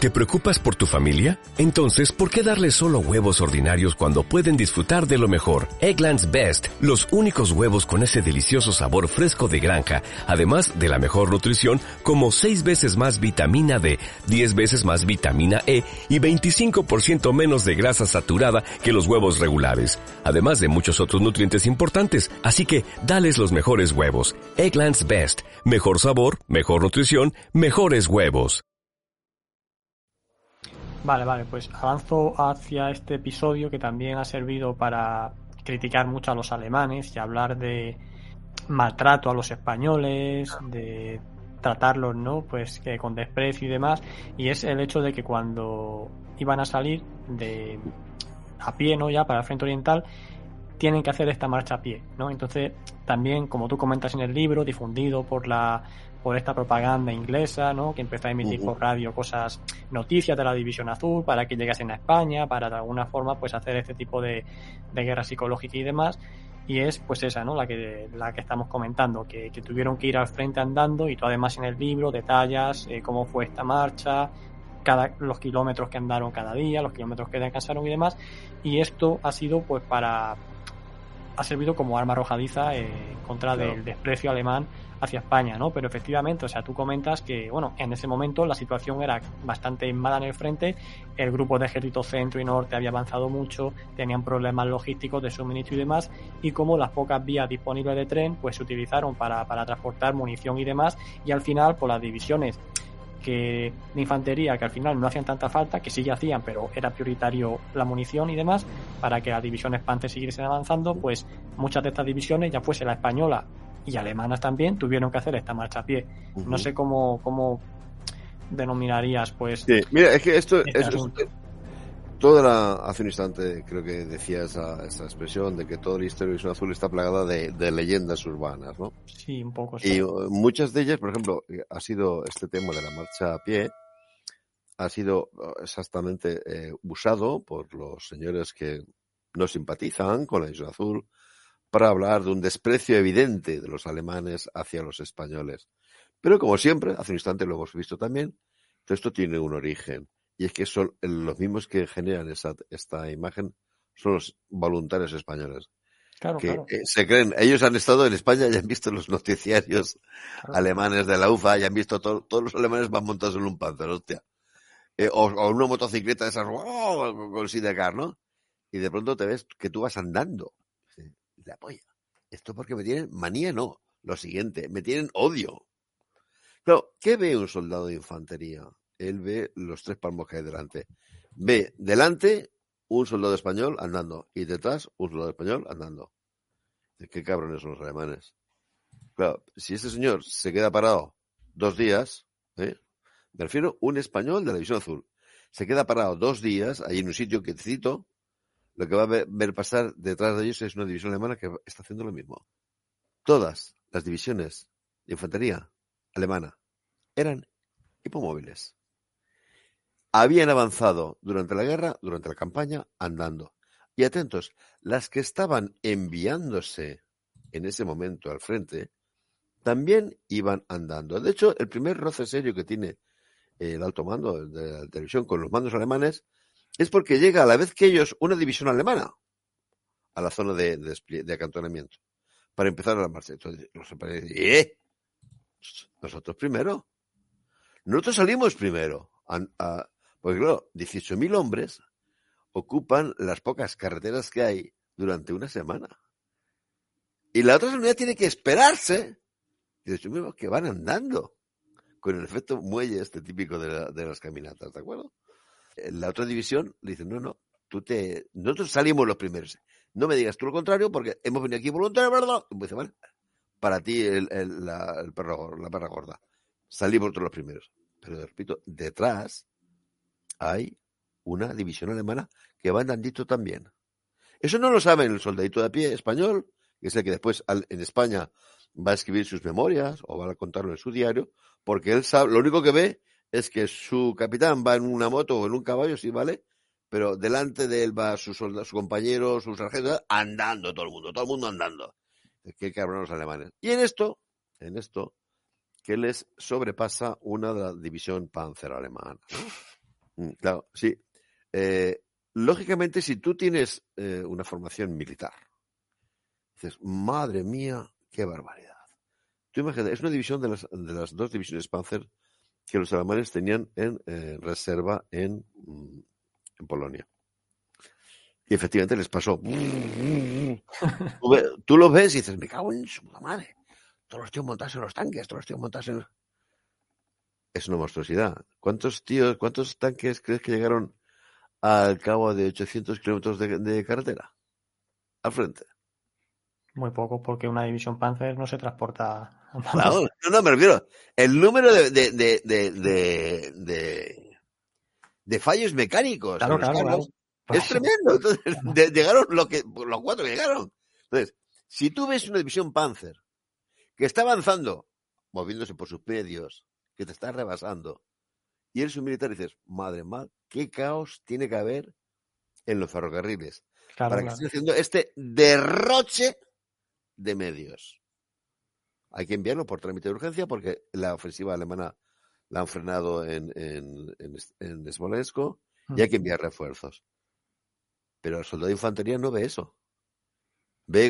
¿Te preocupas por tu familia? Entonces, ¿por qué darles solo huevos ordinarios cuando pueden disfrutar de lo mejor? Eggland's Best, los únicos huevos con ese delicioso sabor fresco de granja, además de la mejor nutrición, como 6 veces más vitamina D, 10 veces más vitamina E y 25% menos de grasa saturada que los huevos regulares, además de muchos otros nutrientes importantes. Así que, dales los mejores huevos. Eggland's Best, mejor sabor, mejor nutrición, mejores huevos. Vale, pues avanzo hacia este episodio que también ha servido para criticar mucho a los alemanes y hablar de maltrato a los españoles, de tratarlos, ¿no? Pues que con desprecio y demás, y es el hecho de que cuando iban a salir a pie, ¿no? Ya para el frente oriental, tienen que hacer esta marcha a pie, ¿no? Entonces, también, como tú comentas en el libro, difundido por esta propaganda inglesa, ¿no? Que empezó a emitir por radio noticias de la División Azul para que llegasen a España, para de alguna forma pues hacer este tipo de guerra psicológica y demás. Y es pues esa, ¿no? La que estamos comentando, que tuvieron que ir al frente andando, y tú además en el libro detallas cómo fue esta marcha, los kilómetros que andaron cada día, los kilómetros que descansaron y demás. Y esto ha sido pues ha servido como arma arrojadiza contra del desprecio alemán hacia España, ¿no? Pero efectivamente, o sea, tú comentas que, bueno, en ese momento la situación era bastante mala en el frente, el grupo de ejército centro y norte había avanzado mucho, tenían problemas logísticos de suministro y demás, y como las pocas vías disponibles de tren, pues se utilizaron para transportar munición y demás, y al final, por las divisiones de infantería que al final no hacían tanta falta, que sí que hacían, pero era prioritario la munición y demás, para que las divisiones Panther siguiesen avanzando, pues muchas de estas divisiones, ya fuese la española y alemanas también, tuvieron que hacer esta marcha a pie. No sé cómo denominarías, pues... Sí, mira, es que esto es hace un instante creo que decía esa expresión de que toda la historia de División Azul está plagada de leyendas urbanas, ¿no? Sí, un poco. Sí. Y muchas de ellas, por ejemplo, ha sido este tema de la marcha a pie, ha sido exactamente usado por los señores que no simpatizan con la División Azul para hablar de un desprecio evidente de los alemanes hacia los españoles. Pero como siempre, hace un instante lo hemos visto también, todo esto tiene un origen. Y es que son los mismos que generan esta imagen, son los voluntarios españoles. Claro. Se creen, ellos han estado en España y han visto los noticiarios alemanes de la UFA y han visto todos los alemanes van montados en un Panther, hostia. O una motocicleta de esas, con sidecar, ¿no? Y de pronto te ves que tú vas andando. La polla. Esto porque me tienen manía, no. Lo siguiente, me tienen odio. Pero, ¿qué ve un soldado de infantería? Él ve los 3 palmos que hay delante. Ve delante un soldado español andando y detrás un soldado español andando. ¿Qué cabrones son los alemanes? Claro, si este señor se queda parado 2 días, me refiero un español de la División Azul, se queda parado 2 días ahí en un sitio quietecito, lo que va a ver pasar detrás de ellos es una división alemana que está haciendo lo mismo. Todas las divisiones de infantería alemana eran hipomóviles. Habían avanzado durante la guerra, durante la campaña, andando. Y atentos, las que estaban enviándose en ese momento al frente, también iban andando. De hecho, el primer roce serio que tiene el alto mando de la televisión con los mandos alemanes es porque llega a la vez que ellos una división alemana a la zona de acantonamiento para empezar la marcha. Entonces, los españoles dicen, nosotros primero. Nosotros salimos primero. Porque claro, 18.000 hombres ocupan las pocas carreteras que hay durante una semana. Y la otra unidad tiene que esperarse 18.000 que van andando. Con el efecto muelle típico de las caminatas, ¿de acuerdo? La otra división le dice, no, nosotros salimos los primeros. No me digas tú lo contrario porque hemos venido aquí voluntarios, ¿verdad? Y dice, vale, para ti la perra gorda. Salimos nosotros los primeros. Pero repito, detrás hay una división alemana que va andandito también. Eso no lo sabe el soldadito de a pie español, que es el que después en España va a escribir sus memorias o va a contarlo en su diario, porque él sabe, lo único que ve es que su capitán va en una moto o en un caballo, sí, vale, pero delante de él va su compañero, su sargento, andando todo el mundo andando. Qué cabrón los alemanes. Y en esto, que les sobrepasa una de la división Panzer alemana, ¿no? Claro, sí. Lógicamente, si tú tienes una formación militar, dices, madre mía, qué barbaridad. Tú imagínate, es una división de las dos divisiones Panzer que los alemanes tenían en reserva en Polonia. Y efectivamente les pasó. Tú lo ves y dices, me cago en su puta madre. Todos los tíos montados en los tanques, todos los tíos montados en... Es una monstruosidad. ¿Cuántos tanques crees que llegaron al cabo de 800 kilómetros de carretera? Al frente. Muy poco, porque una división Panzer no se transporta Claro, no, me refiero. El número de fallos mecánicos Claro, en los claro, carros claro. es tremendo. Entonces, llegaron los 4 que llegaron. Entonces, si tú ves una división Panzer que está avanzando, moviéndose por sus medios, que te está rebasando, y eres un militar y dices, madre mía, qué caos tiene que haber en los ferrocarriles para que estén haciendo este derroche de medios. Hay que enviarlo por trámite de urgencia porque la ofensiva alemana la han frenado en Smolensk y hay que enviar refuerzos. Pero el soldado de infantería no ve eso. Ve...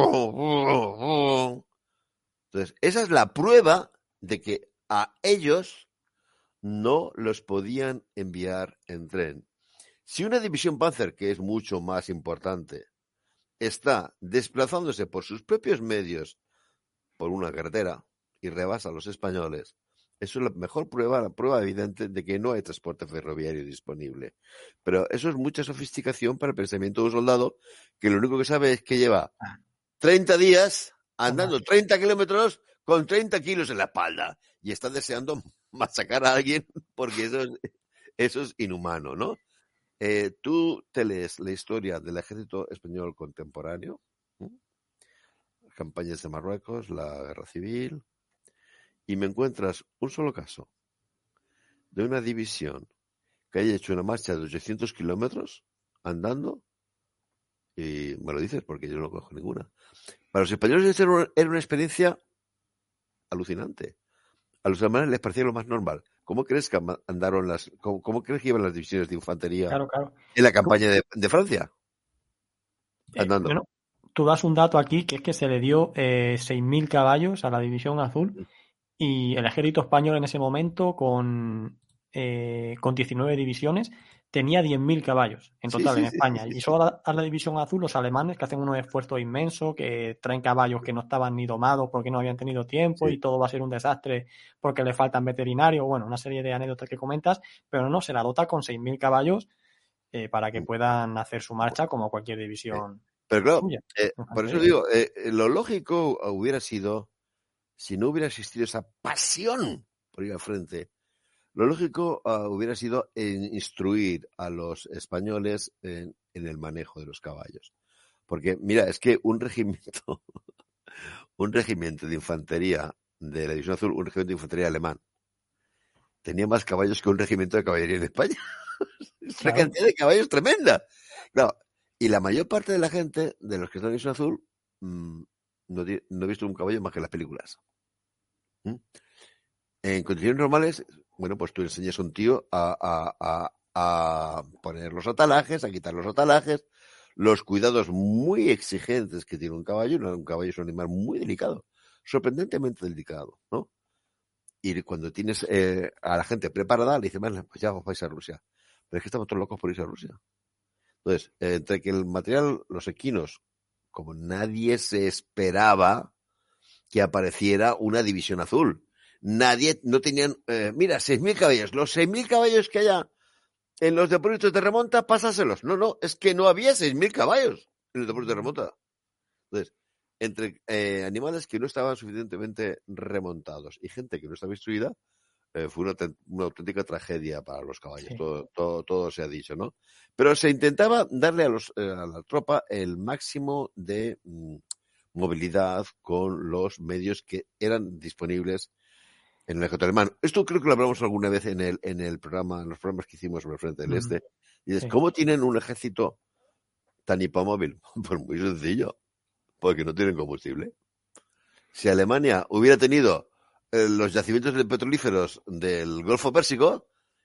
Entonces, esa es la prueba de que a ellos no los podían enviar en tren. Si una división Panzer, que es mucho más importante, está desplazándose por sus propios medios por una carretera y rebasa a los españoles, eso es la mejor prueba, la prueba evidente de que no hay transporte ferroviario disponible. Pero eso es mucha sofisticación para el pensamiento de un soldado que lo único que sabe es que lleva 30 días andando 30 kilómetros con 30 kilos en la espalda y está deseando machacar a alguien porque eso es inhumano, ¿no? Tú te lees la historia del ejército español contemporáneo, las campañas de Marruecos, la guerra civil, y me encuentras un solo caso de una división que haya hecho una marcha de 800 kilómetros andando, y me lo dices porque yo no cojo ninguna. Para los españoles era una experiencia alucinante. A los alemanes les parecía lo más normal. ¿Cómo crees que andaron cómo crees que iban las divisiones de infantería en la campaña de Francia? Andando. Bueno, tú das un dato aquí que es que se le dio 6.000 caballos a la División Azul y el ejército español en ese momento con 19 divisiones tenía 10.000 caballos en total en España. Y solo a la División Azul los alemanes que hacen unos esfuerzos inmensos, que traen caballos que no estaban ni domados porque no habían tenido tiempo y todo va a ser un desastre porque le faltan veterinarios. Bueno, una serie de anécdotas que comentas, pero no, se la dota con 6.000 caballos para que puedan hacer su marcha como cualquier división. Pero claro, por eso digo, lo lógico hubiera sido, si no hubiera existido esa pasión por ir al frente, lo lógico hubiera sido instruir a los españoles en el manejo de los caballos. Porque, mira, es que un regimiento de infantería de la División Azul, un regimiento de infantería alemán, tenía más caballos que un regimiento de caballería en España. Es una cantidad de caballos tremenda. Claro, y la mayor parte de la gente, de los que están en División Azul, no he visto un caballo más que en las películas. En condiciones normales, bueno, pues tú enseñas a un tío a poner los atalajes, a quitar los atalajes, los cuidados muy exigentes que tiene un caballo. Un caballo es un animal muy delicado, sorprendentemente delicado, ¿no? Y cuando tienes a la gente preparada, le dices, bueno, pues ya os vais a Rusia. Pero es que estamos todos locos por irse a Rusia. Entonces, entre que el material, los equinos, como nadie se esperaba que apareciera una división azul. No tenían, mira, 6.000 caballos. Los 6.000 caballos que haya en los depósitos de remonta, pásaselos. No, es que no había 6.000 caballos en los depósitos de remonta. Entonces, entre animales que no estaban suficientemente remontados y gente que no estaba instruida, fue una auténtica tragedia para los caballos. Sí. Todo se ha dicho, ¿no? Pero se intentaba darle a la tropa el máximo de movilidad con los medios que eran disponibles en el ejército alemán. Esto creo que lo hablamos alguna vez en el programa, en los programas que hicimos sobre el Frente del Este. Y es, ¿cómo tienen un ejército tan hipomóvil? Pues muy sencillo, porque no tienen combustible. Si Alemania hubiera tenido los yacimientos de petrolíferos del Golfo Pérsico,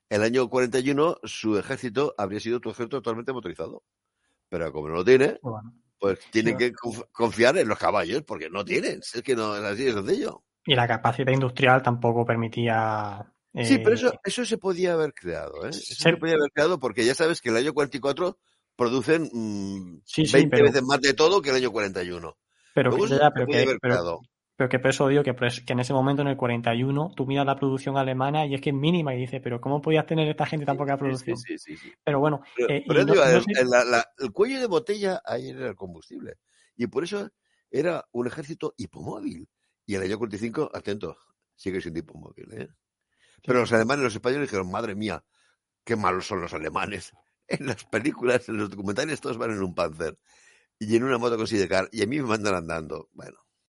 el año 41 su ejército habría sido otro ejército totalmente motorizado. Pero como no lo tiene, Bueno, pues tienen que confiar en los caballos, porque no tienen. Es que no es así de sencillo. y la capacidad industrial tampoco permitía... Sí, pero eso se podía haber creado, ¿eh? Eso se podía haber creado porque ya sabes que el año 44 producen 20 veces más de todo que el año 41. Pero que por eso digo que en ese momento, en el 41, tú miras la producción alemana y es que es mínima y dices, pero ¿cómo podías tener esta gente tan poca producción? Sí. Pero bueno... el cuello de botella ahí era el combustible. Y por eso era un ejército hipomóvil. Y el año 45, atento, sigue siendo hipomóvil, ¿eh? Pero los alemanes, los españoles dijeron, madre mía, qué malos son los alemanes. En las películas, en los documentales, todos van en un Panzer y en una moto con sidecar y a mí me mandan andando. Bueno,